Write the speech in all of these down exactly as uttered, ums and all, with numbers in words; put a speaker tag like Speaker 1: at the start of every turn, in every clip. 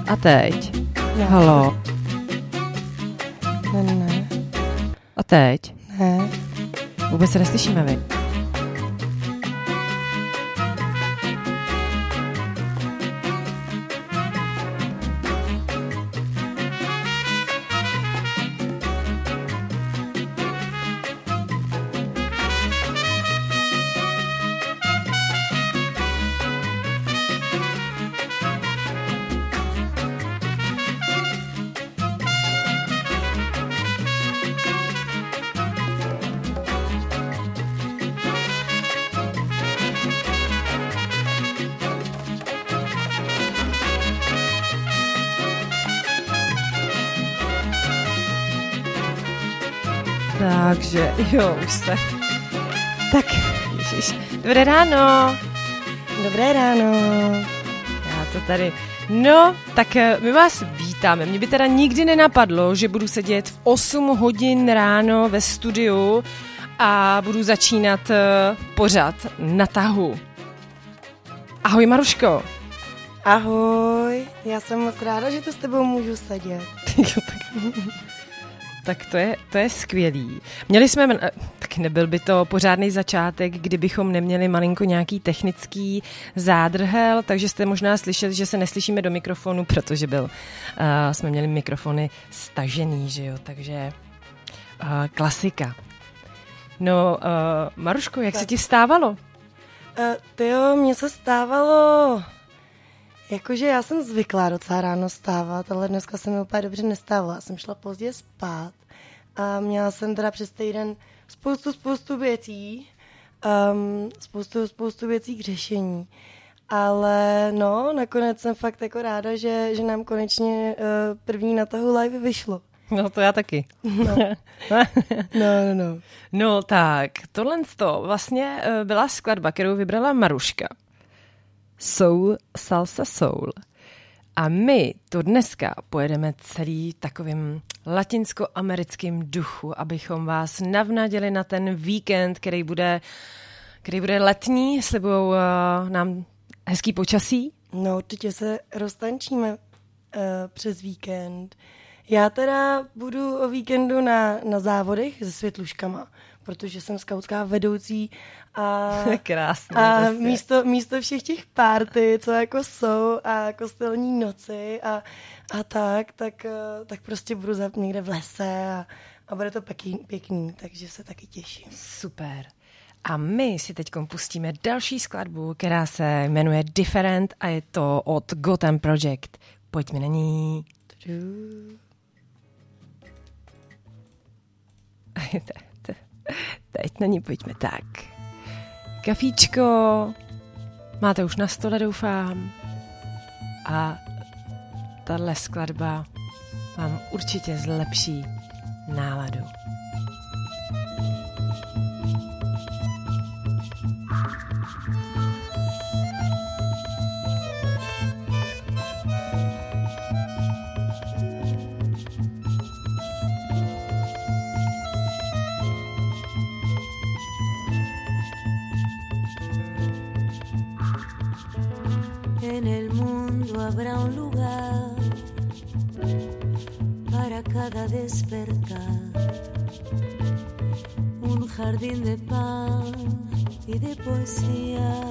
Speaker 1: A teď?
Speaker 2: Ne.
Speaker 1: Halo.
Speaker 2: Ne, ne.
Speaker 1: A teď?
Speaker 2: Ne.
Speaker 1: Vůbec se neslyšíme, vy. Takže, jo, už se. Tak, ježiš. Dobré ráno.
Speaker 2: Dobré ráno.
Speaker 1: Já to tady. No, tak my vás vítáme. Mě by teda nikdy nenapadlo, že budu sedět v osm hodin ráno ve studiu a budu začínat pořad na tahu. Ahoj, Maruško.
Speaker 2: Ahoj. Já jsem moc ráda, že tu s tebou můžu sedět.
Speaker 1: Tak to je, to je skvělý. Měli jsme, tak nebyl by to pořádný začátek, kdybychom neměli malinko nějaký technický zádrhel, takže jste možná slyšeli, že se neslyšíme do mikrofonu, protože byl, uh, jsme měli mikrofony stažený, že jo, takže uh, klasika. No, uh, Maruško, jak tak. se ti stávalo?
Speaker 2: Uh, tyjo, mně se stávalo... Jakože já jsem zvyklá docela ráno stávat, ale dneska se mi úplně dobře nestávala. Já jsem šla pozdě spát a měla jsem teda přes týden spoustu, spoustu věcí, um, spoustu, spoustu věcí k řešení. Ale no, nakonec jsem fakt jako ráda, že, že nám konečně uh, první na tahu live vyšlo.
Speaker 1: No to já taky.
Speaker 2: No, no, no. No,
Speaker 1: no tak, tohle to vlastně byla skladba, kterou vybrala Maruška. Soul, salsa soul. A my to dneska pojedeme celý takovým latinskoamerickým duchu, abychom vás navnadili na ten víkend, který bude, který bude letní, slibujou uh, nám hezký počasí.
Speaker 2: No určitě se roztančíme uh, přes víkend. Já teda budu o víkendu na, na závodech se světluškama, protože jsem skautská vedoucí a,
Speaker 1: Krásný,
Speaker 2: a místo, místo všech těch party, co jako jsou a kostelní noci a, a tak, tak, tak prostě budu někde v lese a, a bude to pěkný, pěkný, takže se taky těším.
Speaker 1: Super. A my si teď pustíme další skladbu, která se jmenuje Different a je to od Gotham Project. Pojďme na ní. Teď na ní pojďme tak. Kafíčko máte už na stole, doufám. A tahle skladba vám určitě zlepší náladu.
Speaker 3: En el mundo habrá un lugar para cada despertar, un jardín de pan y de poesía,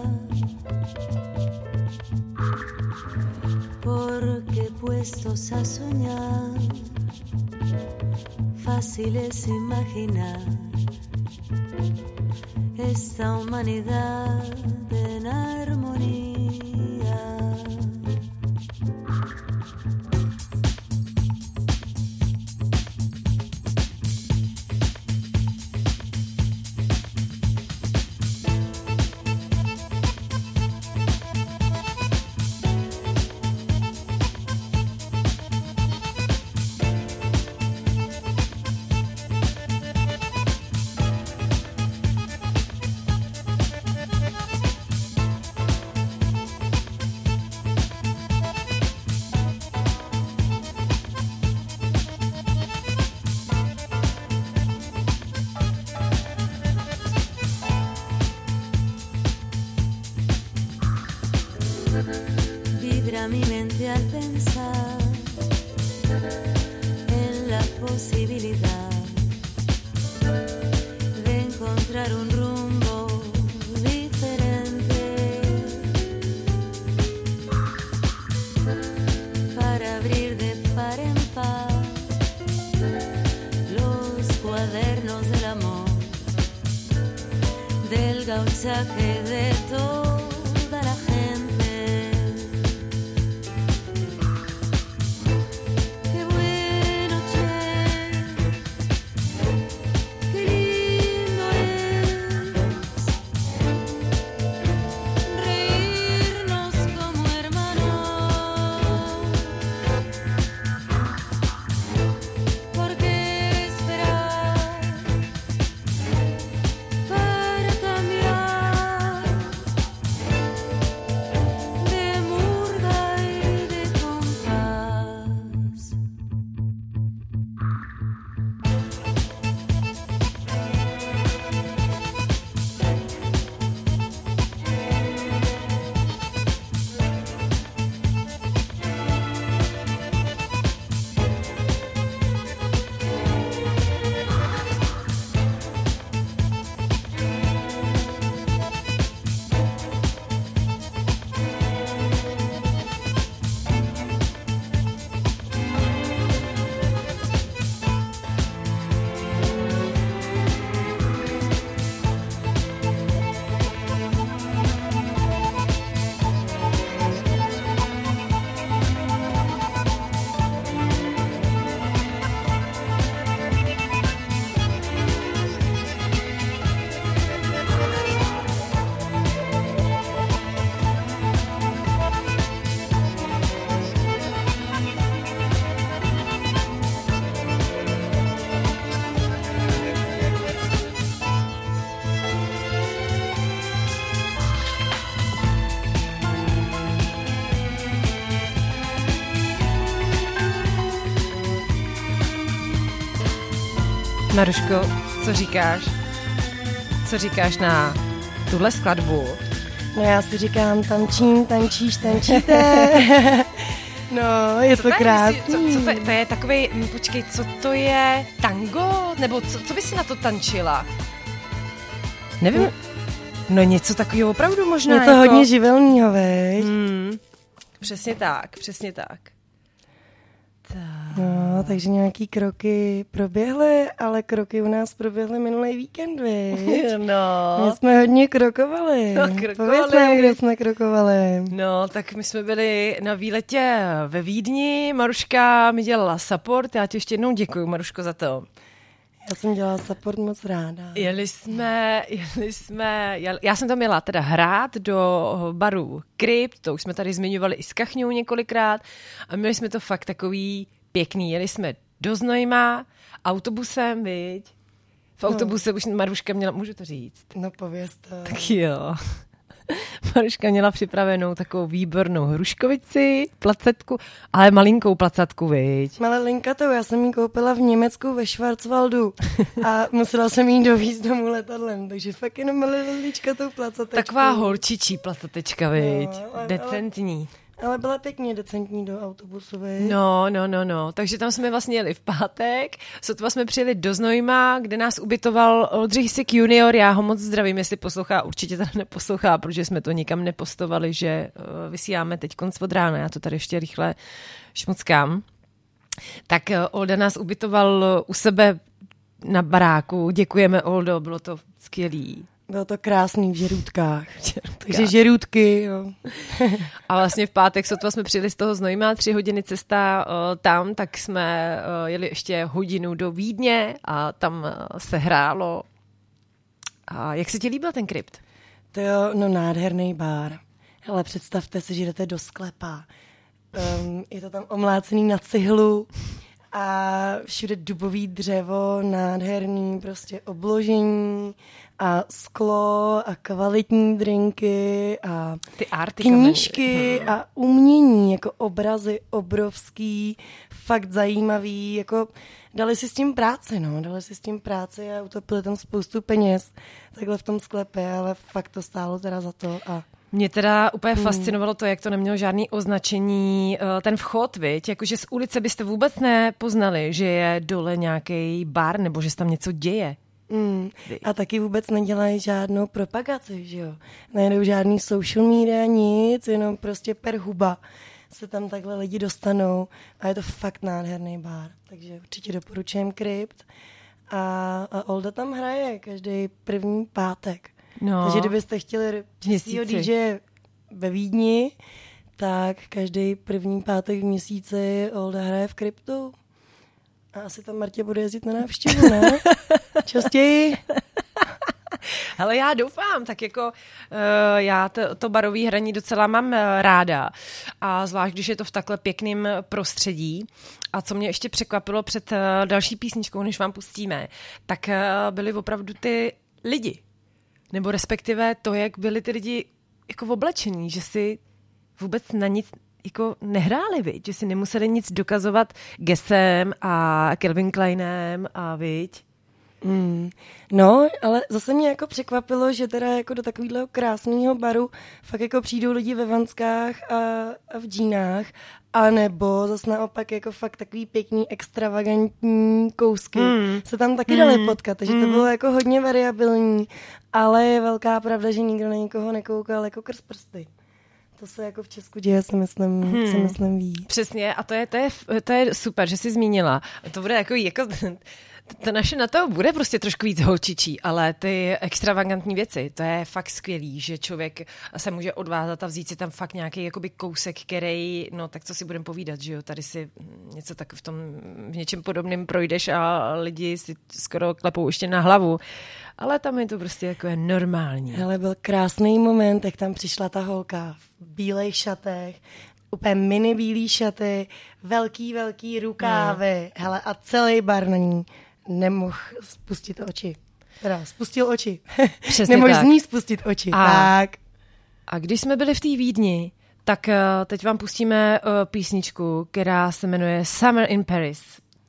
Speaker 3: porque puestos a soñar, fácil es imaginar esta humanidad en armonía. mi mente al pensar en la posibilidad de encontrar un rumbo diferente para abrir de par en par los cuadernos del amor, del gauchaje de toda la gente. Qué bueno, che, qué lindo es reírnos como hermanos. ¿Por qué esperar para cambiar de murga y de compás?
Speaker 1: Maruško, co říkáš? Co říkáš na tuhle skladbu?
Speaker 2: No já si říkám, tančím, tančíš, tančíte. No, je
Speaker 1: Co
Speaker 2: to
Speaker 1: je,
Speaker 2: krásný.
Speaker 1: Co, co to, je, to je takovej, hm, počkej, co to je? Tango? Nebo co, co by si na to tančila? Nevím. No něco takového opravdu možná.
Speaker 2: Je to
Speaker 1: jako...
Speaker 2: hodně živelného, veď?
Speaker 1: Hmm, přesně tak, přesně tak.
Speaker 2: No, takže nějaký kroky proběhly, ale kroky u nás proběhly minulý víkend, viď?
Speaker 1: No.
Speaker 2: My jsme hodně krokovali.
Speaker 1: No, krokovali.
Speaker 2: Pověz nám, kde jsme krokovali.
Speaker 1: No, tak my jsme byli na výletě ve Vídni, Maruška mi dělala support, já ti ještě jednou děkuju, Maruško, za to.
Speaker 2: Já jsem dělala support moc ráda.
Speaker 1: Jeli jsme, jeli jsme, jel, já jsem tam měla teda hrát do baru Krypt, to už jsme tady zmiňovali i s Kachňou několikrát a měli jsme to fakt takový pěkný, jeli jsme do Znojma autobusem, viď? V autobuse no. Už Maruška měla, můžu to říct?
Speaker 2: No pověz to.
Speaker 1: Tak jo. Maruška měla připravenou takovou výbornou hruškovici, placetku, ale malinkou placatku, viď?
Speaker 2: Ale linkatou, já jsem ji koupila v Německu ve Schwarzwaldu a musela jsem jí dovízt domů letadlem, takže fakt jenom malilička tou placatečkou.
Speaker 1: Taková holčičí placatečka, viď?
Speaker 2: No, ale,
Speaker 1: Decentní.
Speaker 2: Ale byla pěkně decentní do autobusu, viď?
Speaker 1: No, no, no, no. Takže tam jsme vlastně jeli v pátek, sotva jsme přijeli do Znojma, kde nás ubytoval Oldřich Sik junior, já ho moc zdravím, jestli poslouchá, určitě teda neposlouchá, protože jsme to nikam nepostovali, že uh, vysíláme teď konc od rána, já to tady ještě rychle šmuckám. Tak uh, Olda nás ubytoval u sebe na baráku, děkujeme, Oldo, bylo to skvělý.
Speaker 2: Bylo to krásný v Žerůdkách. Takže Žerůdky, jo.
Speaker 1: A vlastně v pátek sotva jsme přijeli z toho Znojma, tři hodiny cesta uh, tam, tak jsme uh, jeli ještě hodinu do Vídně a tam uh, se hrálo. A jak se ti líbil ten Krypt?
Speaker 2: To jo, no nádherný bar. Hele, představte si, že jdete do sklepa. Um, je to tam omlácený na cihlu a všude dubový dřevo, nádherný prostě obložení a sklo a kvalitní drinky a
Speaker 1: ty arty
Speaker 2: knížky a umění, jako obrazy obrovský, fakt zajímavý, jako dali si s tím práci, no, dali si s tím práci a utopili tam spoustu peněz takhle v tom sklepě, ale fakt to stálo teda za to a
Speaker 1: Mě teda úplně hmm. fascinovalo to, jak to nemělo žádný označení, ten vchod, viď? Jakože z ulice byste vůbec nepoznali, že je dole nějaký bar nebo že se tam něco děje.
Speaker 2: Mm. A taky vůbec nedělají žádnou propagaci, že jo? Nejdou žádný social media, nic, jenom prostě per huba se tam takhle lidi dostanou a je to fakt nádherný bar. Takže určitě doporučujem Krypt. A, a Olda tam hraje každý první pátek. No. Takže kdybyste chtěli čistýho dý džeje ve Vídni, tak každý první pátek v měsíci Olda hraje v Kryptu. A asi tam Martě bude jezdit na návštěvu, ne? Častěji.
Speaker 1: Hele, já doufám, tak jako uh, já to, to barové hraní docela mám uh, ráda a zvlášť, když je to v takhle pěkném prostředí. A co mě ještě překvapilo před uh, další písničkou, než vám pustíme, tak uh, byly opravdu ty lidi. Nebo respektive to, jak byli ty lidi jako oblečení, že si vůbec na nic jako nehráli, viď? Že si nemuseli nic dokazovat Guessem a Calvin Kleinem a viď?
Speaker 2: Mm. No, ale zase mě jako překvapilo, že teda jako do takového krásného baru fakt jako přijdou lidi ve vanskách a, a v džínách, anebo zase naopak jako fakt takový pěkný, extravagantní kousky mm. se tam taky mm. dali potkat, takže mm. to bylo jako hodně variabilní, ale je velká pravda, že nikdo na nikoho nekoukal jako krz prsty. To se jako v Česku děje, si myslím, hmm. si myslím ví.
Speaker 1: Přesně, a to je, to, je, to je super, že jsi zmínila. To bude jako, jako to naše na to bude prostě trošku víc holčičí, ale ty extravagantní věci, to je fakt skvělý, že člověk se může odvázat a vzít si tam fakt nějaký jakoby kousek, který, no tak co si budeme povídat, že jo, tady si něco tak v tom, v něčem podobném projdeš a lidi si skoro klepou ještě na hlavu, ale tam je to prostě jako je normální.
Speaker 2: Ale byl krásný moment, jak tam přišla ta holka v bílejch šatech, úplně mini bílý šaty, velký, velký rukávy, no. Hele, a celý bar na ní nemohl spustit oči. Teda spustil oči. Nemohl z ní spustit oči. A, tak.
Speaker 1: A když jsme byli v té Vídni, tak uh, teď vám pustíme uh, písničku, která se jmenuje Summer in Paris.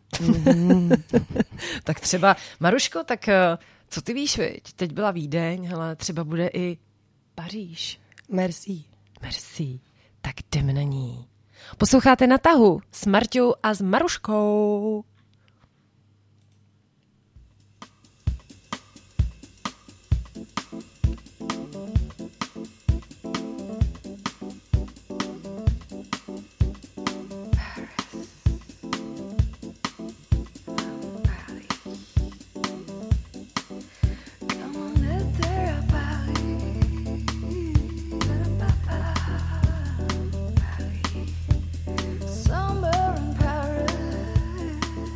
Speaker 1: Mm. Tak třeba, Maruško, tak uh, co ty víš, viď? Teď byla Vídeň, hele, třeba bude i Paříž.
Speaker 2: Merci.
Speaker 1: Merci. Tak jdeme na ní. Posloucháte Na tahu s Marťou a s Maruškou.
Speaker 4: Summer in Paris.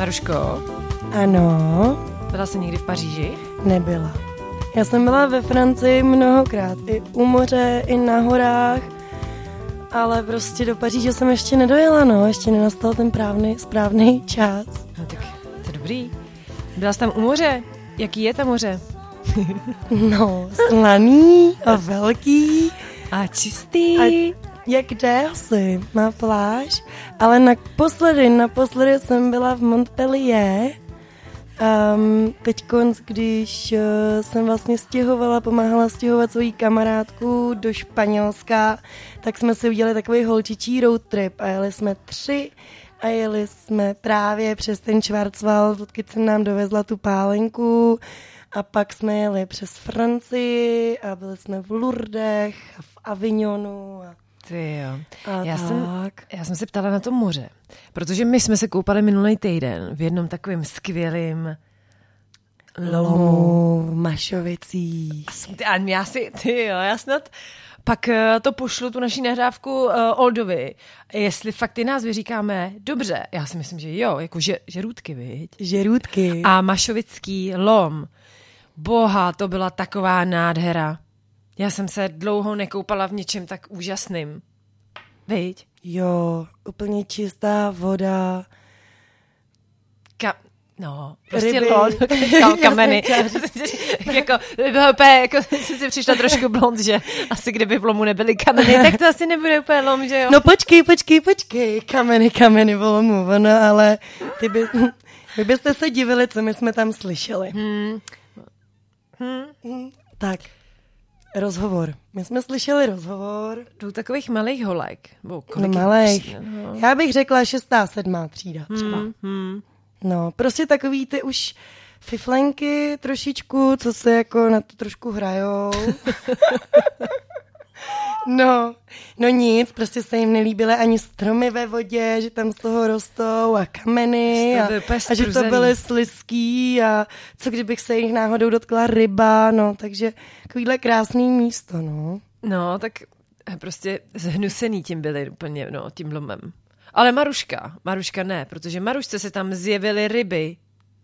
Speaker 1: Maruško,
Speaker 2: Ano,
Speaker 1: byla jsi někdy v Paříži?
Speaker 2: nebyla. Já jsem byla ve Francii mnohokrát, i u moře, i na horách, ale prostě do Paříže jsem ještě nedojela, no, ještě nenastal ten právný, správný čas.
Speaker 1: No tak to je dobrý. Byla jsi tam u moře? Jaký je tam moře?
Speaker 2: No, slaný a velký.
Speaker 1: A čistý.
Speaker 2: A jak jde asi, má pláž, ale naposledy, naposledy jsem byla v Montpellier. Um, teď konc, když uh, jsem vlastně stěhovala, pomáhala stěhovat svoji kamarádku do Španělska, tak jsme si udělali takový holčičí road trip a jeli jsme tři a jeli jsme právě přes ten Schwarzwald, odkud jsem nám dovezla tu pálenku a pak jsme jeli přes Francii a byli jsme v Lourdech a v Avignonu a
Speaker 1: Ty jo.
Speaker 2: A
Speaker 1: Já
Speaker 2: tak.
Speaker 1: jsem, já jsem se ptala na to moře, protože my jsme se koupali minulý týden v jednom takovém skvělém lomu.
Speaker 2: lomu v Mašovicích.
Speaker 1: A jsem- A já si, ty jo, já snad pak eh, to pošlu, tu naší nahrávku uh, Oldovi, jestli fakt ty názvy říkáme dobře. Já si myslím, že jo, jako že, žerůdky, viď?
Speaker 2: Žerůdky.
Speaker 1: A Mašovický lom. Boha, to byla taková nádhera. Já jsem se dlouho nekoupala v něčem tak úžasným. Viď?
Speaker 2: Jo, úplně čistá voda.
Speaker 1: Ka- no, prostě
Speaker 2: Ryby.
Speaker 1: lod, ka- kameny. jako, bylo úplně, jako jsem si přišla trošku blond, že asi kdyby v lomu nebyly kameny, tak to asi nebude úplně lom, že jo?
Speaker 2: No počkej, počkej, počkej. Kameny, kameny, volomu, ono, ale ty by, vy byste se divili, co my jsme tam slyšeli.
Speaker 1: Hmm.
Speaker 2: Hmm. Tak, rozhovor. My jsme slyšeli rozhovor.
Speaker 1: Dvou takových malých holek. Bo,
Speaker 2: No
Speaker 1: kolik je
Speaker 2: malých.
Speaker 1: tří, no.
Speaker 2: Já bych řekla šestá, sedmá třída třeba.
Speaker 1: Hmm, hmm.
Speaker 2: No, prostě takový ty už fiflenky trošičku, co se jako na to trošku hrajou. No, no nic, prostě se jim nelíbily ani stromy ve vodě, že tam z toho rostou a kameny
Speaker 1: To
Speaker 2: a,
Speaker 1: bylo úplně
Speaker 2: a že to
Speaker 1: spruzený.
Speaker 2: byly slizký a co kdybych se jich náhodou dotkla ryba, no, takže takovýhle krásný místo, no.
Speaker 1: No, tak prostě zhnusený tím byli úplně, no, tím lomem. Ale Maruška, Maruška ne, protože Marušce se tam zjevily ryby.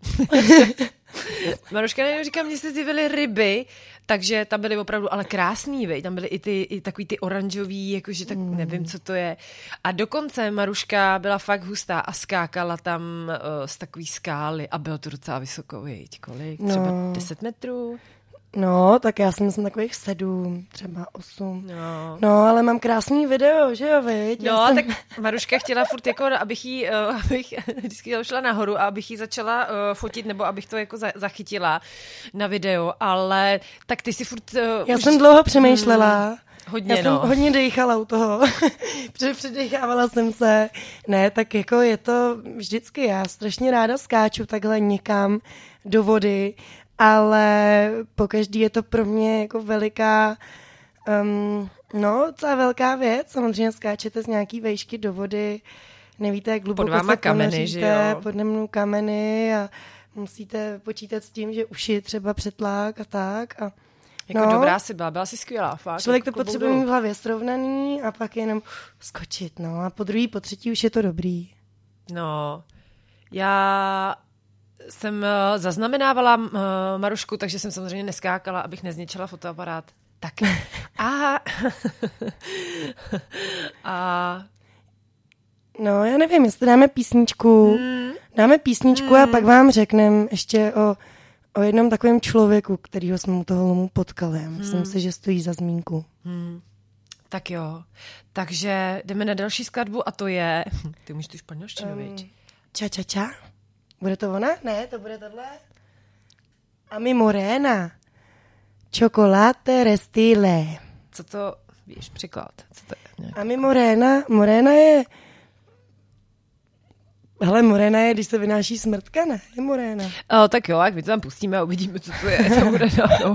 Speaker 1: Maruška, ne, říkám, mně se zjevily ryby, takže tam byly opravdu, ale krásný, vej. Tam byly i ty, i takový ty oranžový, jakože tak nevím, co to je. A dokonce Maruška byla fakt hustá a skákala tam uh, z takový skály a bylo to docela vysoko, viď, kolik? Třeba
Speaker 2: No.
Speaker 1: deset metrů?
Speaker 2: No, tak já si myslím takových sedm, třeba osm.
Speaker 1: No.
Speaker 2: No, ale mám krásný video, že jo, viď? Já
Speaker 1: No,
Speaker 2: jsem-
Speaker 1: tak Maruška chtěla furt jako, abych jí, uh, abych vždycky šla nahoru a abych jí začala uh, fotit, nebo abych to jako za, zachytila na video, ale tak ty si furt... Uh,
Speaker 2: Já
Speaker 1: už,
Speaker 2: jsem dlouho přemýšlela.
Speaker 1: Hmm, hodně,
Speaker 2: Já jsem
Speaker 1: no.
Speaker 2: hodně dejchala u toho, protože předechávala jsem se. Ne, tak jako je to vždycky, já strašně ráda skáču takhle někam do vody, ale pokaždý je to pro mě jako veliká, um, no, docela velká věc. Samozřejmě skáčete z nějaký vejšky do vody, nevíte, jak hluboko
Speaker 1: Pod váma
Speaker 2: se
Speaker 1: kameny,
Speaker 2: ponoříte,
Speaker 1: že jo?
Speaker 2: pod mnou kameny a musíte počítat s tím, že uši třeba přetlák a tak. A
Speaker 1: Jako no. Dobrá si byla, byla si skvělá, fakt.
Speaker 2: člověk to
Speaker 1: jako
Speaker 2: potřebuje mít v hlavě srovnaný a pak jenom skočit, no. A po druhý, po třetí už je to dobrý.
Speaker 1: No, já jsem uh, zaznamenávala uh, Marušku, takže jsem samozřejmě neskákala, abych nezničila fotoaparát. Tak. A... a...
Speaker 2: No, já nevím, jestli dáme písničku.
Speaker 1: Hmm.
Speaker 2: Dáme písničku
Speaker 1: Hmm.
Speaker 2: a pak vám řekneme ještě o, o jednom takovém člověku, kterýho jsme u toho lomu potkali. Já myslím si, že stojí za zmínku.
Speaker 1: Hmm. Tak jo. Takže jdeme na další skladbu a to je... Ty umíš tu španělštinu, viď?
Speaker 2: Ča, ča, ča. Bude to ona? Ne, to bude tohle. A mi morena. Chocolate restyle.
Speaker 1: Co to... Víš, překlad. Co to je? Nějak?
Speaker 2: A mi morena. Morena je... Hele, morena je, když se vynáší smrtka, ne? Je morena.
Speaker 1: O, tak jo, jak my to tam pustíme a uvidíme, co to je. To bude no.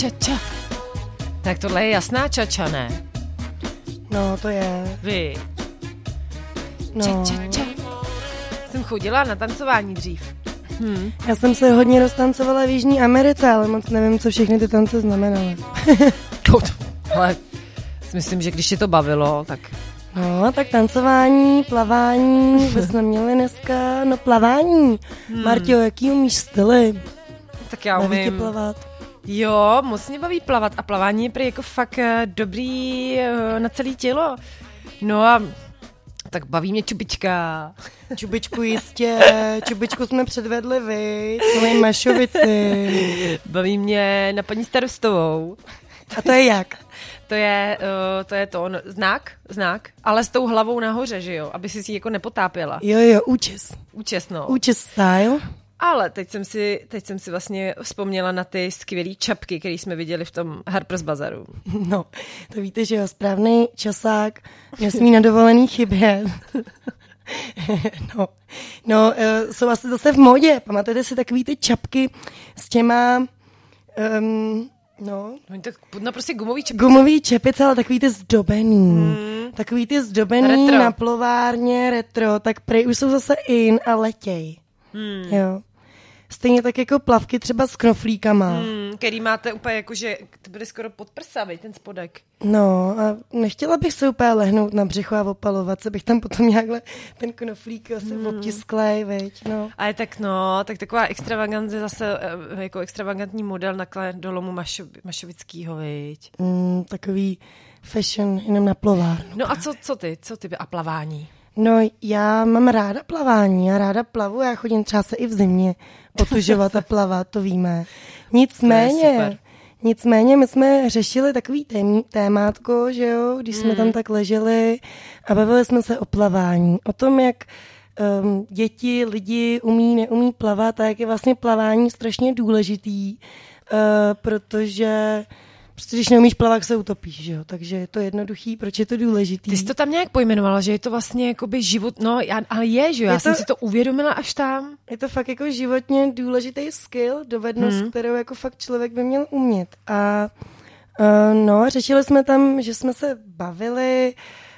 Speaker 1: ča, ča. Tak tohle je jasná čača, ne?
Speaker 2: No, to je.
Speaker 1: Vy.
Speaker 2: No.
Speaker 1: Ča, ča, ča. Jsem chodila na tancování dřív. Hmm.
Speaker 2: Já jsem se hodně roztancovala v Jižní Americe, ale moc nevím, co všechny ty tance znamenaly.
Speaker 1: Ale myslím, že když ti to bavilo, tak...
Speaker 2: No, tak tancování, plavání, my jsme měli dneska, no plavání. Hmm. Marťo, jaký umíš styly?
Speaker 1: Tak já
Speaker 2: Baví tě
Speaker 1: umím.
Speaker 2: plavat?
Speaker 1: Jo, moc mě baví plavat a plavání je prý jako fakt dobrý na celé tělo. No a tak baví mě čubička.
Speaker 2: Čubičku jistě, čubičku jsme předvedli vy, celý Mašovici.
Speaker 1: Baví mě na paní starostovou.
Speaker 2: A to je jak?
Speaker 1: To je, uh, to je to, no, znak, znak, ale s tou hlavou nahoře, že jo, aby si si jako nepotápěla.
Speaker 2: Jo, jo, účes.
Speaker 1: Účes, no.
Speaker 2: Účes style.
Speaker 1: Ale teď jsem si, teď jsem si vlastně vzpomněla na ty skvělý čapky, které jsme viděli v tom Harper's Bazaru.
Speaker 2: No, to víte, že jo, správný časák nesmí na dovolený chybět. no, no, jsou asi zase v modě. Pamatujete si takový ty čapky s těma... Um, No.
Speaker 1: No, tak no prostě gumový čepice.
Speaker 2: Gumový čepice, ale takový ty zdobený.
Speaker 1: Hmm.
Speaker 2: Takový ty zdobený
Speaker 1: retro.
Speaker 2: Na plovárně, retro, tak prej už jsou zase in a letěj.
Speaker 1: Hmm.
Speaker 2: Jo. Stejně tak jako plavky třeba s knoflíkama.
Speaker 1: Hmm, který máte úplně jako, že to bude skoro pod prsa, veď, ten spodek.
Speaker 2: No a nechtěla bych se úplně lehnout na břicho a opalovat se, bych tam potom nějakhle ten knoflík asi hmm. obtisklej, veď, no.
Speaker 1: A je tak no, tak taková extravagance zase, jako extravagantní model nakle do lomu Mašo, Mašovickýho, veď.
Speaker 2: Mm, takový fashion jenom na plovárnu.
Speaker 1: No a co, co ty, co ty a plavání?
Speaker 2: No já mám ráda plavání, já ráda plavu, já chodím třeba se i v zimě otužovat a plavat, to víme. Nicméně, nicméně my jsme řešili takový tém, témátko, že jo, když jsme mm. tam tak leželi a bavili jsme se o plavání, o tom, jak um, děti, lidi umí, neumí plavat a jak je vlastně plavání strašně důležitý, uh, protože... Prostě když neumíš plavat, se utopíš, že jo? Takže je to jednoduchý, proč je to důležitý.
Speaker 1: Ty jsi to tam nějak pojmenovala, že je to vlastně jakoby život, no ale je, že jo, já
Speaker 2: je
Speaker 1: jsem
Speaker 2: to,
Speaker 1: si to uvědomila až tam.
Speaker 2: Je to fakt jako životně důležitý skill, dovednost, hmm. kterou jako fakt člověk by měl umět. A uh, no, řešili jsme tam, že jsme se bavili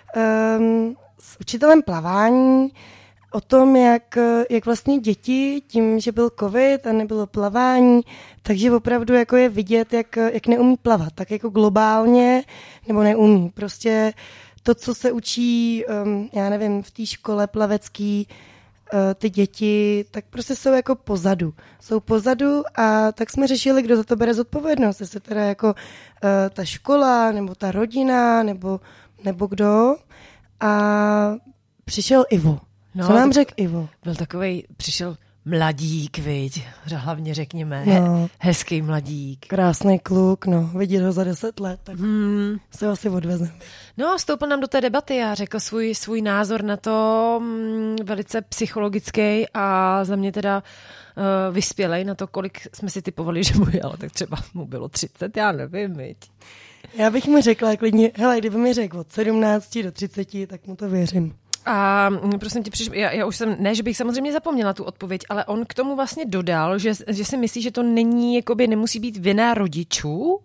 Speaker 2: um, s učitelem plavání, o tom, jak, jak vlastně děti, tím, že byl covid a nebylo plavání, takže opravdu jako je vidět, jak, jak neumí plavat, tak jako globálně, nebo neumí. Prostě to, co se učí, um, já nevím, v té škole plavecký, uh, ty děti, tak prostě jsou jako pozadu. Jsou pozadu a tak jsme řešili, kdo za to bere zodpovědnost, jestli teda jako uh, ta škola, nebo ta rodina, nebo, nebo kdo. A přišel Ivo. No, co nám řekl Ivo?
Speaker 1: Byl takovej, přišel mladík, viď, hlavně řekněme,
Speaker 2: no.
Speaker 1: he, hezký mladík.
Speaker 2: Krásný kluk, no, vidět ho za deset let, tak hmm. se asi odvezem.
Speaker 1: No, vstoupil nám do té debaty a řekl svůj, svůj názor na to mm, velice psychologický a za mě teda uh, vyspělej na to, kolik jsme si typovali, že mu je, ale tak třeba mu bylo třicet, já nevím, viď.
Speaker 2: Já bych mu řekla klidně, hele, kdyby mi řekl od sedmnácti do třiceti, tak mu to věřím.
Speaker 1: A prosím tě, přišel, já, já už jsem, ne, že bych samozřejmě zapomněla tu odpověď, ale on k tomu vlastně dodal, že, že si myslí, že to není, jakoby nemusí být vina rodičů?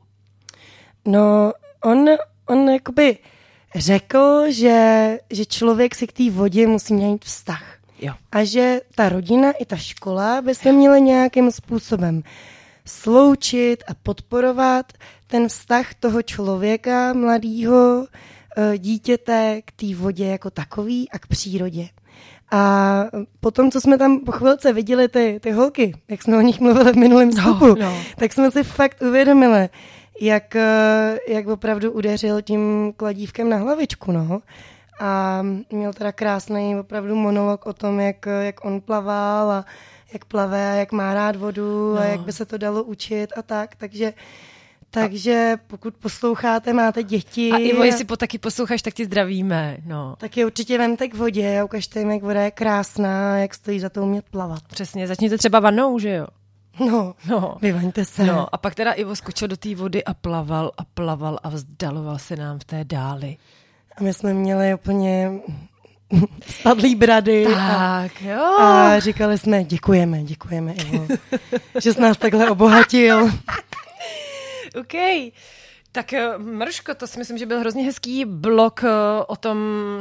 Speaker 2: No, on, on jakoby řekl, že, že člověk si k té vodě musí mít vztah.
Speaker 1: Jo. A
Speaker 2: že ta rodina i ta škola by se měly nějakým způsobem sloučit a podporovat ten vztah toho člověka mladýho, dítěte k té vodě jako takový a k přírodě. A potom, co jsme tam po chvilce viděli ty, ty holky, jak jsme o nich mluvili v minulém vstupu, no, no. tak jsme si fakt uvědomili, jak, jak opravdu udeřil tím kladívkem na hlavičku. No. A měl teda krásný opravdu monolog o tom, jak, jak on plaval a jak plave a jak má rád vodu no. a jak by se to dalo učit a tak. Takže Takže pokud posloucháte, máte děti.
Speaker 1: A Ivo, jestli po taky posloucháš, tak ti zdravíme. No.
Speaker 2: Tak je určitě vemte k vodě a ukažte jim, jak voda je krásná, jak stojí za to umět plavat.
Speaker 1: Přesně, začněte třeba vanou, že jo?
Speaker 2: No, no. Vyvaňte se.
Speaker 1: No, a pak teda Ivo skočil do té vody a plaval a plaval a vzdaloval se nám v té dáli.
Speaker 2: A my jsme měli úplně spadlý brady.
Speaker 1: Tak,
Speaker 2: a,
Speaker 1: jo.
Speaker 2: A říkali jsme, děkujeme, děkujeme, Ivo, že jsi nás takhle obohatil.
Speaker 1: OK. Tak Maruško, to si myslím, že byl hrozně hezký blok o tom,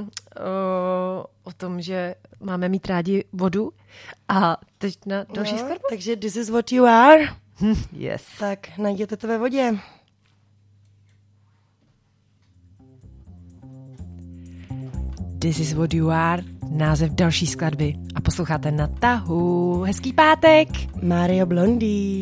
Speaker 1: o tom, že máme mít rádi vodu. A teď na další
Speaker 2: no,
Speaker 1: skladbu.
Speaker 2: Takže This is what you are.
Speaker 1: Yes.
Speaker 2: Tak najděte to ve vodě.
Speaker 1: This is what you are, název další skladby. A posloucháte Na tahu. Hezký pátek.
Speaker 2: Mario Blondie.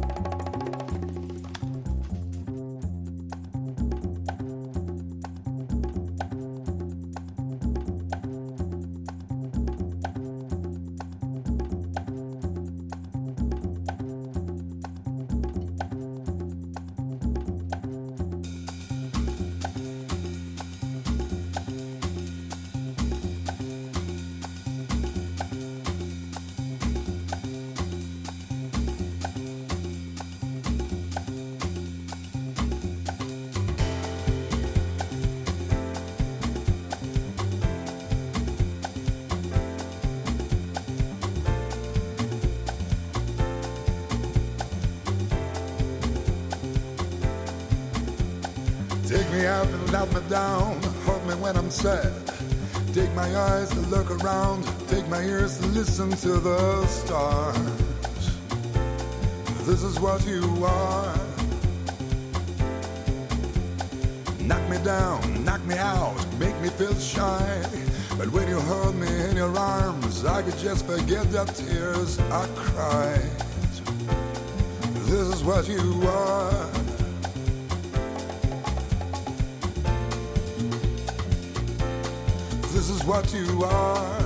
Speaker 4: Take me up and let me down, hold me when I'm sad. Take my eyes to look around, take my ears to listen to the stars. This is what you are. Knock me down, knock me out, make me feel shy. But when you hold me in your arms, I could just forget the tears I cried. This is what you are. This is what you are.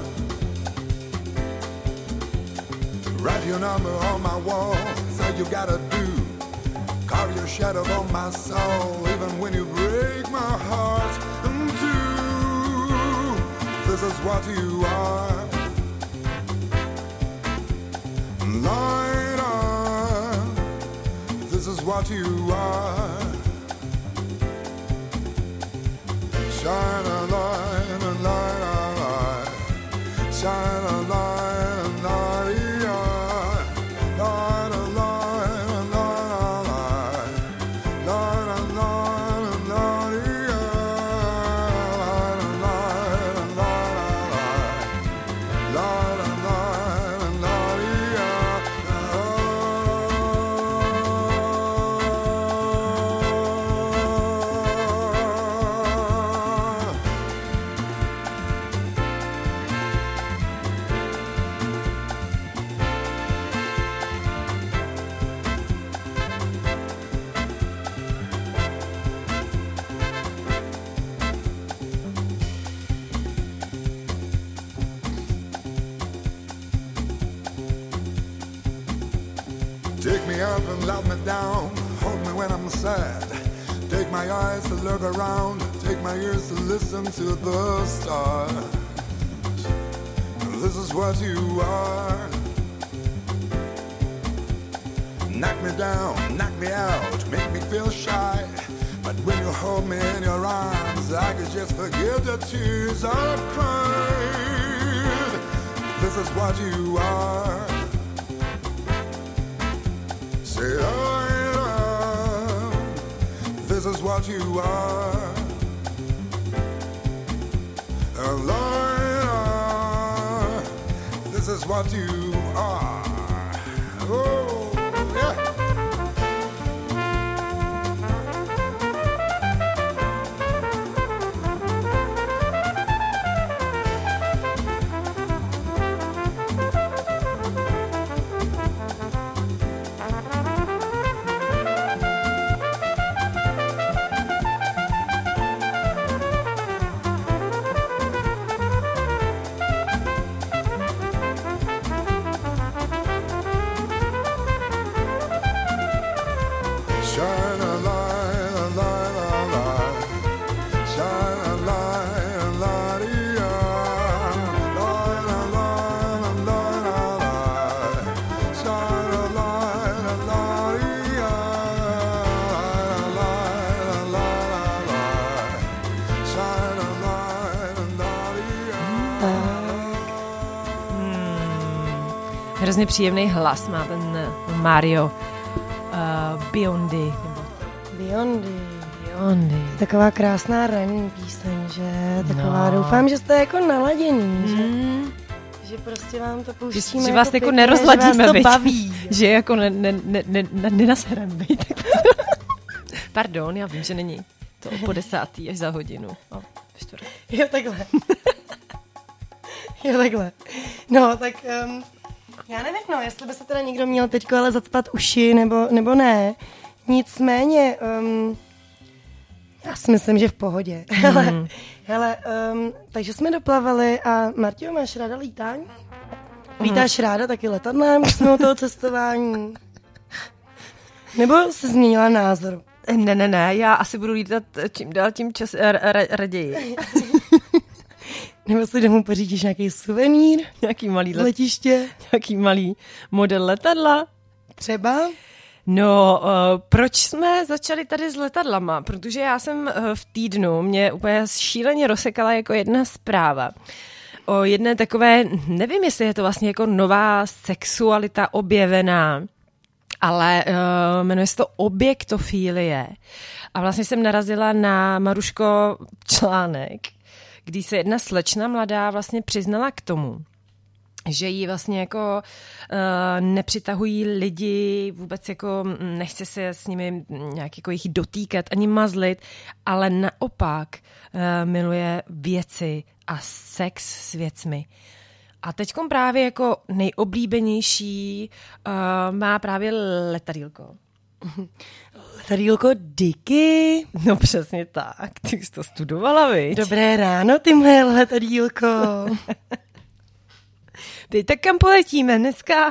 Speaker 4: Write your number on my wall, so you gotta do. Carve your shadow on my soul, even when you break my heart in two. This is what you are. Light on. This is what you are. Shine a light, a light, a light. Shine a light, a light, light, a light, a light, light, a light, a light, light, a light, light, a light, a Take me up and let me down, hold me when I'm sad. Take my eyes to look around, take my ears to listen to the stars. This is what you are. Knock me down, knock me out, make me feel shy. But when you hold me in your arms, I could just forget the tears I've cried. This is what you are. Say I love. This is what you are. A liar. This is what you are. Oh, yeah. Shine a light, a light, a light. Shine a light, a light, light, a light, a light, a light. Shine a light, a light, light, a light, a light. Shine a light, a
Speaker 1: Hrozně příjemný hlas má ten Mario uh, Biondi, nebo
Speaker 2: Beyondy.
Speaker 1: Beyondy.
Speaker 2: Taková krásná ranní píseň, že? Taková,
Speaker 1: No.
Speaker 2: doufám, že jste jako naladěný, že?
Speaker 1: Mm.
Speaker 2: Že prostě vám to
Speaker 1: Že,
Speaker 2: pouštíme
Speaker 1: že vás jako
Speaker 2: pěkně,
Speaker 1: nerozladíme,
Speaker 2: že vás to
Speaker 1: viď?
Speaker 2: baví.
Speaker 1: Že jako ne, ne, ne, ne, ne, nenasherem, viď? Pardon, já vím, že není to po desátý až za hodinu. O, čtvrt.
Speaker 2: Jo, takhle. jo, takhle. No, tak um, já nevím, no, jestli by se teda někdo měl teďko ale zacpat uši, nebo, nebo ne. Nicméně, um, já si myslím, že v pohodě.
Speaker 1: Mm.
Speaker 2: Hele, hele um, takže jsme doplavali a Martio, máš ráda lítání? Lítáš ráda taky letadlem, když jsme o toho cestování? Nebo jsi změnila názor?
Speaker 1: Ne, ne, ne, já asi budu lítat čím dál tím čas r- r- raději.
Speaker 2: Nebo si domů pořídíš nějaký suvenýr
Speaker 1: Nějaký malý,
Speaker 2: z
Speaker 1: let,
Speaker 2: letiště?
Speaker 1: nějaký malý model letadla.
Speaker 2: Třeba?
Speaker 1: No, uh, proč jsme začali tady s letadlama? Protože já jsem uh, v týdnu, mě úplně šíleně rozsekala jako jedna zpráva o jedné takové, nevím, jestli je to vlastně jako nová sexualita objevená, ale uh, jmenuje se to objektofílie. A vlastně jsem narazila na, Maruško, článek, kdy se jedna slečna mladá vlastně přiznala k tomu, že jí vlastně jako uh, nepřitahují lidi, vůbec jako nechce se s nimi nějak jako jich dotýkat ani mazlit, ale naopak uh, miluje věci a sex s věcmi. A teďkom právě jako nejoblíbenější uh, má právě letadýlko.
Speaker 2: Letadýlko Dicky?
Speaker 1: No přesně tak, ty jsi to studovala, viď?
Speaker 2: Dobré ráno, ty moje letadýlko.
Speaker 1: Ty tak kam poletíme dneska?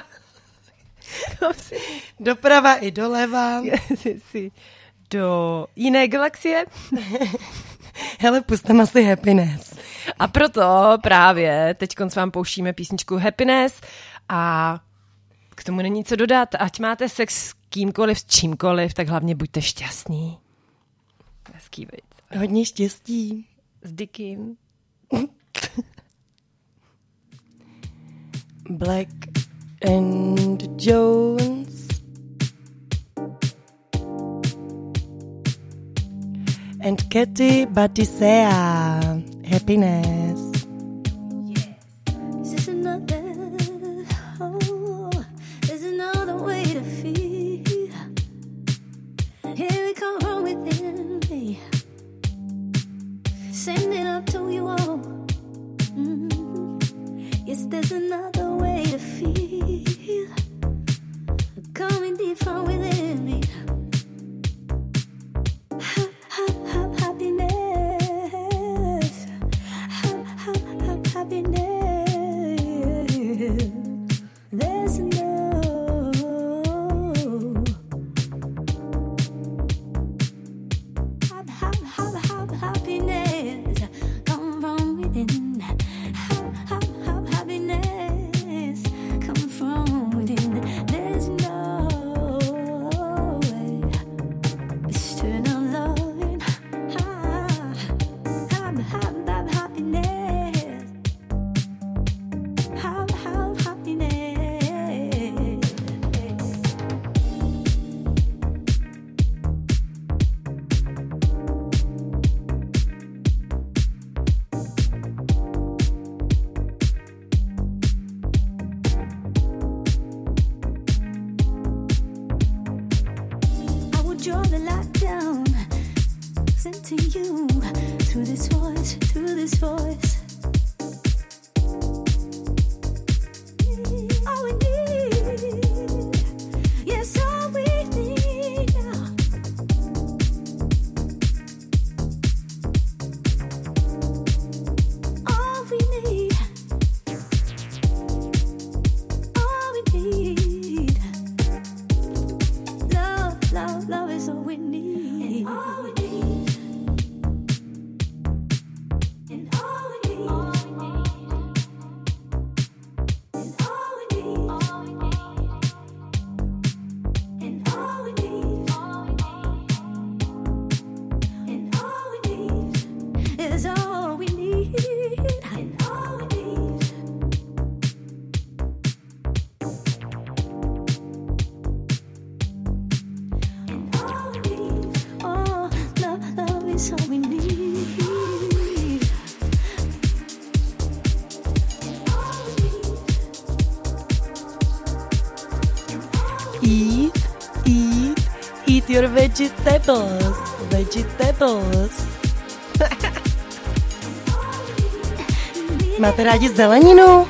Speaker 2: Doprava i doleva.
Speaker 1: Jsi do jiné galaxie?
Speaker 2: Hele, pustím asi Happiness.
Speaker 1: A proto právě teď s vám pouštíme písničku Happiness a k tomu není co dodat. Ať máte sex s kýmkoliv, s čímkoliv, tak hlavně buďte šťastní. Hezký, veď.
Speaker 2: Hodně štěstí.
Speaker 1: S Dickym.
Speaker 2: Black and Jones and Katy Batisea. Happiness.
Speaker 3: Is this another? Oh, there's another way to feel. Here we come from within me, sending up to you all. Mm-hmm. Yes, there's another way to feel, coming deep from within me. Ha, ha, ha, happiness. Ha, ha, ha, happiness. There's no ha, ha, ha, ha, happiness. Come from within. Ha, ha, ha, happiness. Come from within. There's no way. External loving. Ha, ha, ha, ha, happiness. Ha, ha, happiness. I would draw the light down, send to you through this voice, through this voice. All we need, yes, all we need now. All we need, all we need. Love, love, love is all we need. And all we need. And all we
Speaker 2: your vegetables. Vegetables. Máte rádi zeleninu?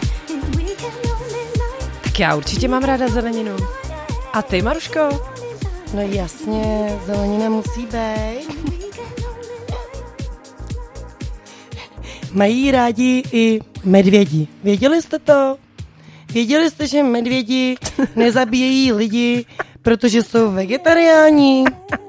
Speaker 1: Tak já určitě mám ráda zeleninu. A ty, Maruško?
Speaker 2: No jasně, zelenina musí být. Mají rádi i medvědi. Věděli jste to? Věděli jste, že medvědi nezabíjejí lidi, protože jsou vegetariáni?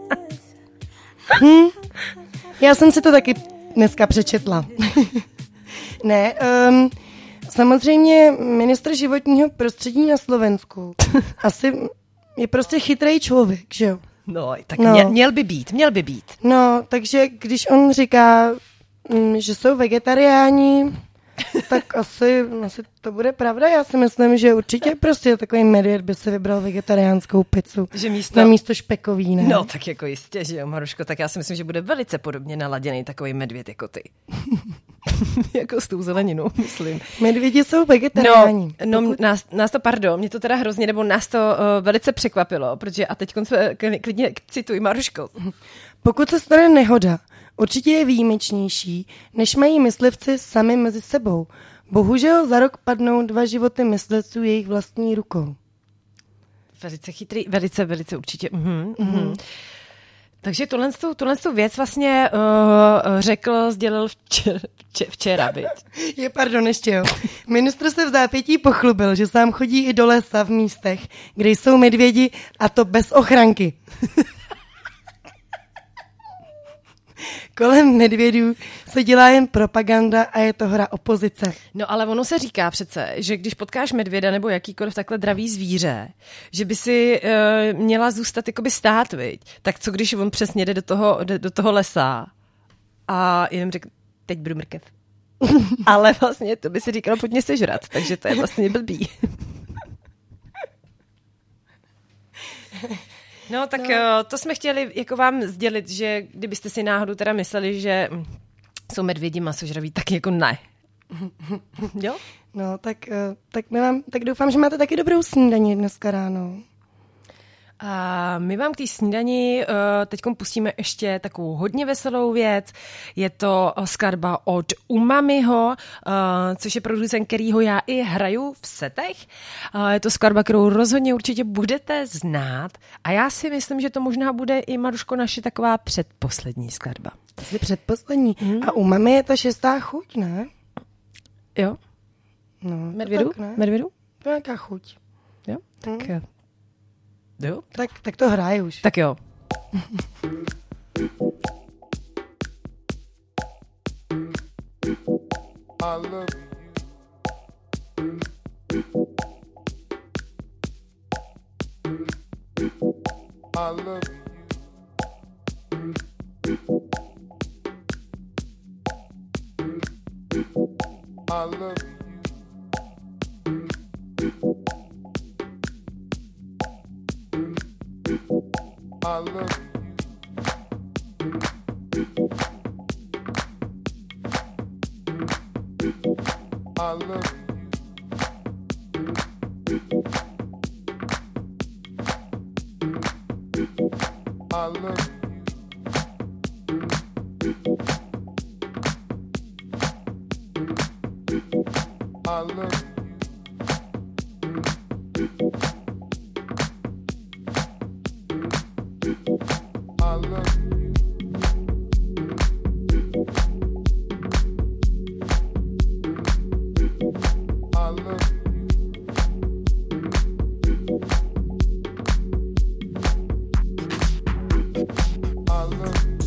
Speaker 2: Hm? Já jsem si to taky dneska přečetla. Ne, um, samozřejmě ministr životního prostředí na Slovensku asi je prostě chytrý člověk, že jo?
Speaker 1: No, tak
Speaker 2: No.
Speaker 1: Měl, měl by být, měl by být.
Speaker 2: No, takže když on říká, mm, že jsou vegetariáni, tak asi, asi to bude pravda. Já si myslím, že určitě prostě takový medvěd by si vybral vegetariánskou pizzu.
Speaker 1: Že místo...
Speaker 2: Na místo špekový, ne?
Speaker 1: No, tak jako jistě, že jo, Maruško, tak já si myslím, že bude velice podobně naladěný takový medvěd jako ty. Jako s tou zeleninou, myslím.
Speaker 2: Medvědi jsou vegetariáni.
Speaker 1: No, no nás, nás to, pardon, mě to teda hrozně, nebo nás to uh, velice překvapilo, protože a teď klidně cituj, Maruško.
Speaker 2: Pokud se stane nehoda, určitě je výjimečnější, než mají myslivci sami mezi sebou. Bohužel za rok padnou dva životy myslivců jejich vlastní rukou.
Speaker 1: Velice chytrý, velice, velice určitě. Mhm, mhm. Takže tuhle, tuhle věc vlastně uh, řekl, sdělil včera, včera byť.
Speaker 2: Je, pardon, ještě jo. Ministr se v zápětí pochlubil, že sám chodí i do lesa v místech, kde jsou medvědi, a to bez ochranky. Kolem medvědů se dělá jen propaganda a je to hra opozice.
Speaker 1: No ale ono se říká přece, že když potkáš medvěda nebo jakýkoliv takhle dravý zvíře, že by si uh, měla zůstat jakoby stát, viď? Tak co když on přesně jde do toho, jde do toho lesa a jenom řekne, teď budu mrkev. Ale vlastně to by si říkalo, pojď mě sežrat, takže to je vlastně blbý. No tak no. To jsme chtěli jako vám sdělit, že kdybyste si náhodou teda mysleli, že jsou medvědi masožraví, tak jako ne. Jo?
Speaker 2: No tak, tak, my vám, tak doufám, že máte taky dobrou snídaní dneska ráno.
Speaker 1: A my vám k té snídani uh, teďkom pustíme ještě takovou hodně veselou věc. Je to skladba od Umamiho, uh, což je producent, kterýho já i hraju v setech. Uh, je to skladba, kterou rozhodně určitě budete znát. A já si myslím, že to možná bude i, Maruško, naše taková předposlední skladba.
Speaker 2: Jsi předposlední. Hmm. A Umami je ta šestá chuť, ne?
Speaker 1: Jo.
Speaker 2: No,
Speaker 1: Medvědu?
Speaker 2: Tak, ne?
Speaker 1: Medvědu?
Speaker 2: To je nějaká chuť.
Speaker 1: Jo, tak...
Speaker 2: Hmm.
Speaker 1: Jo?
Speaker 2: Tak, tak to hraje už.
Speaker 1: Tak jo.
Speaker 4: I love you. I love you. I love you. I love you. I love you. I love you. I love you. I love you. I love you. I love you.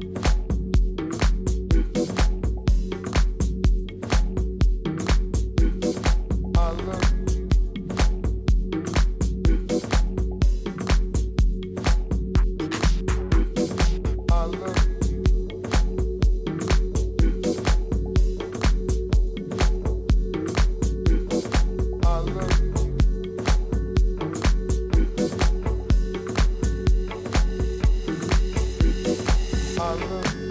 Speaker 4: I love you. I love you. I love you. I love you.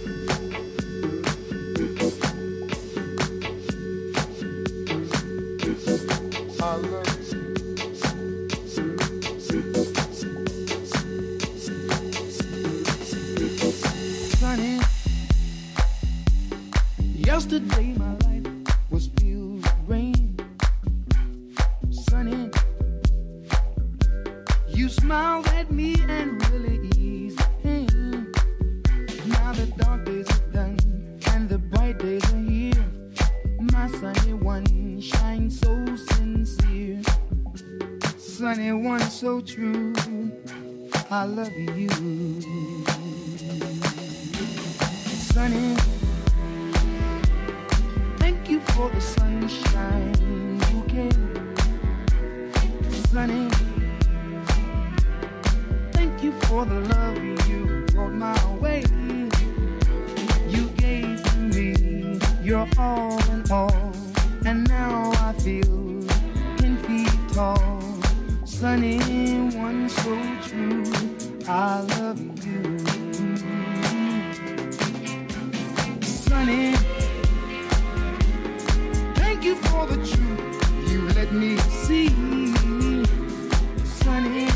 Speaker 4: I love you.
Speaker 5: smiled at me and really eased pain. Now the dark days are done and the bright days are here. My sunny one shines so sincere. Sunny one so true, I love you. Sunny, thank you for the sunshine you gave. Sunny, thank you for the love you brought my way. You gave to me your all in all, and now I feel ten feet tall. Sunny, one so true, I love you. Sunny, thank you for the truth you let me see. Sunny,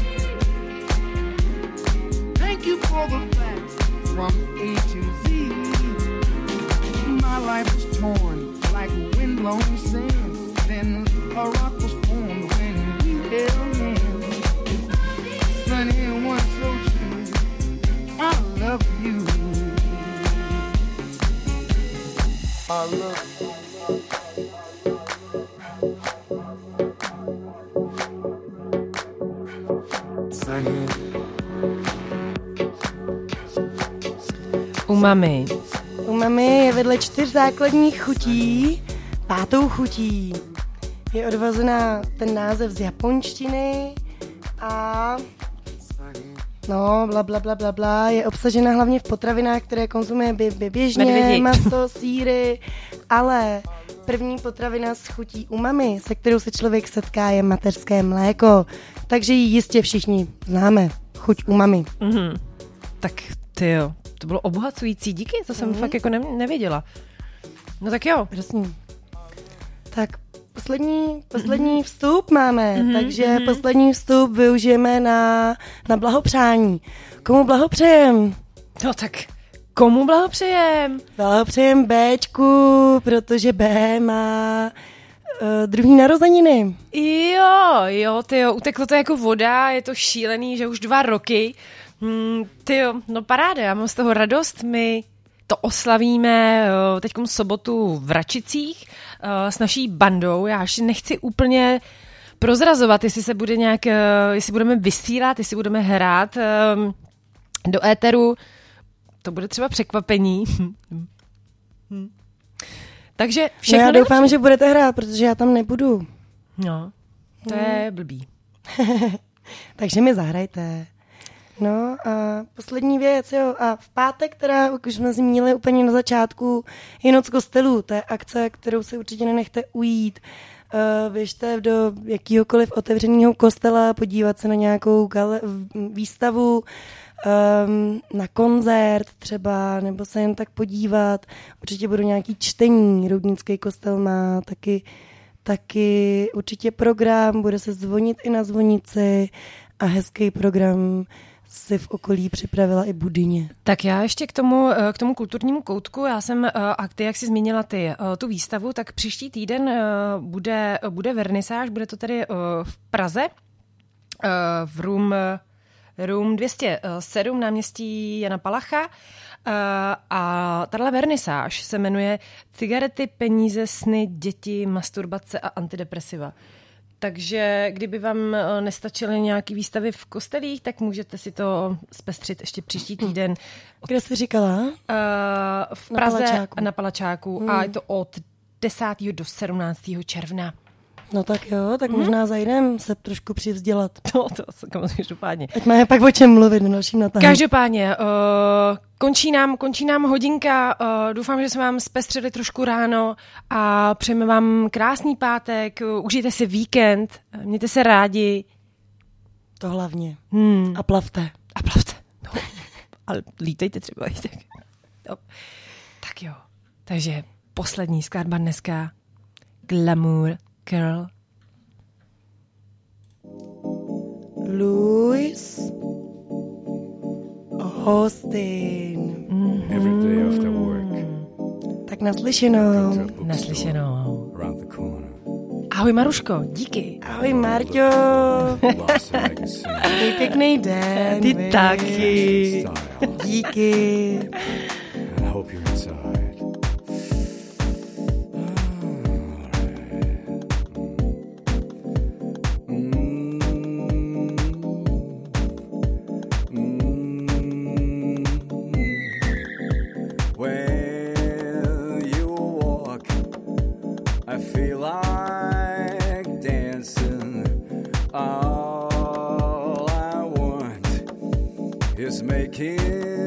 Speaker 5: thank you for the facts from A to Z. My life was torn like windblown sand, then a rock was formed when we held hands. Sunny, one so true, I love you. I love you. Sunny.
Speaker 1: Umami.
Speaker 2: Umami je vedle čtyř základních chutí pátou chutí. Je odvozená ten název z japonštiny a no, bla, bla, bla, bla, bla, je obsažena hlavně v potravinách, které konzumuje bě, bě, běžně,
Speaker 1: Medvědi.
Speaker 2: maso, sýry, ale první potravina s chutí umami, se kterou se člověk setká, je mateřské mléko, takže ji jistě všichni známe, chuť umami.
Speaker 1: Mhm. Tak tyjo, to bylo obohacující, díky, to jsem
Speaker 2: Mhm.
Speaker 1: fakt jako ne, nevěděla. No tak jo.
Speaker 2: Prosím. Tak poslední, poslední vstup máme,
Speaker 1: Mhm,
Speaker 2: takže
Speaker 1: mhm.
Speaker 2: poslední vstup využijeme na, na blahopřání. Komu blahopřejem?
Speaker 1: No tak komu blahopřejem?
Speaker 2: Blahopřejem Béčku, protože B má uh, druhý narozeniny.
Speaker 1: Jo, jo, tyjo, uteklo to jako voda, je to šílený, že už dva roky. Hmm, tyjo, no paráda, já mám z toho radost, my to oslavíme teď sobotu v Račicích s naší bandou. Já ještě nechci úplně prozrazovat, jestli se bude nějak, jestli budeme vysílat, jestli budeme hrát do éteru. To bude třeba překvapení. Takže všechno
Speaker 2: No já
Speaker 1: nejlepší.
Speaker 2: doufám, že budete hrát, protože já tam nebudu.
Speaker 1: No, to je blbý.
Speaker 2: Takže mi zahrajte. No a poslední věc, jo, a v pátek, která už jsme zmínili úplně na začátku, je Noc kostelů, to je akce, kterou si určitě nenechte ujít. Uh, běžte do jakýhokoliv otevřeného kostela, podívat se na nějakou gale- výstavu, um, na koncert třeba, nebo se jen tak podívat. Určitě budou nějaký čtení, Roudnický kostel má taky, taky určitě program, bude se zvonit i na zvonici a hezký program si v okolí připravila i Budyně.
Speaker 1: Tak já ještě k tomu, k tomu kulturnímu koutku, já jsem, a ty, jak jsi zmínila ty, tu výstavu, tak příští týden bude, bude vernisáž, bude to tady v Praze, v Room, Room dvě stě sedm, náměstí Jana Palacha, a tahle vernisáž se jmenuje Cigarety, peníze, sny, děti, masturbace a antidepresiva. Takže kdyby vám nestačily nějaký výstavy v kostelích, tak můžete si to zpestřit ještě příští týden.
Speaker 2: Kde jsi říkala?
Speaker 1: Uh, v Praze
Speaker 2: na Palačáku.
Speaker 1: na Palačáku hmm. a je to od desátého do sedmnáctého června.
Speaker 2: No tak jo, tak hmm. možná zajdem se trošku přivzdělat.
Speaker 1: No, to každopádně.
Speaker 2: Ať máme pak o čem mluvit na dalším natáhu.
Speaker 1: Každopádně, uh, končí, nám, končí nám hodinka, uh, doufám, že jsme vám zpestřili trošku ráno a přejeme vám krásný pátek, uh, užijte si víkend, mějte se rádi.
Speaker 2: To hlavně.
Speaker 1: Hmm.
Speaker 2: A plavte.
Speaker 1: A plavte. No, ale lítejte třeba. No. Tak jo, takže poslední skladba dneska, Glamour Girl.
Speaker 2: Louis Austin.
Speaker 1: Mm-hmm.
Speaker 6: Every day after work,
Speaker 2: Tak naslyšenou.
Speaker 6: bookstore
Speaker 1: Naslyšenou.
Speaker 6: around the corner.
Speaker 1: Ahoj Maruško, díky.
Speaker 2: Ahoj Marťo. Měj pěkný den.
Speaker 1: Ty
Speaker 2: vy.
Speaker 1: taky.
Speaker 2: Díky.
Speaker 6: I hope you're inside. Making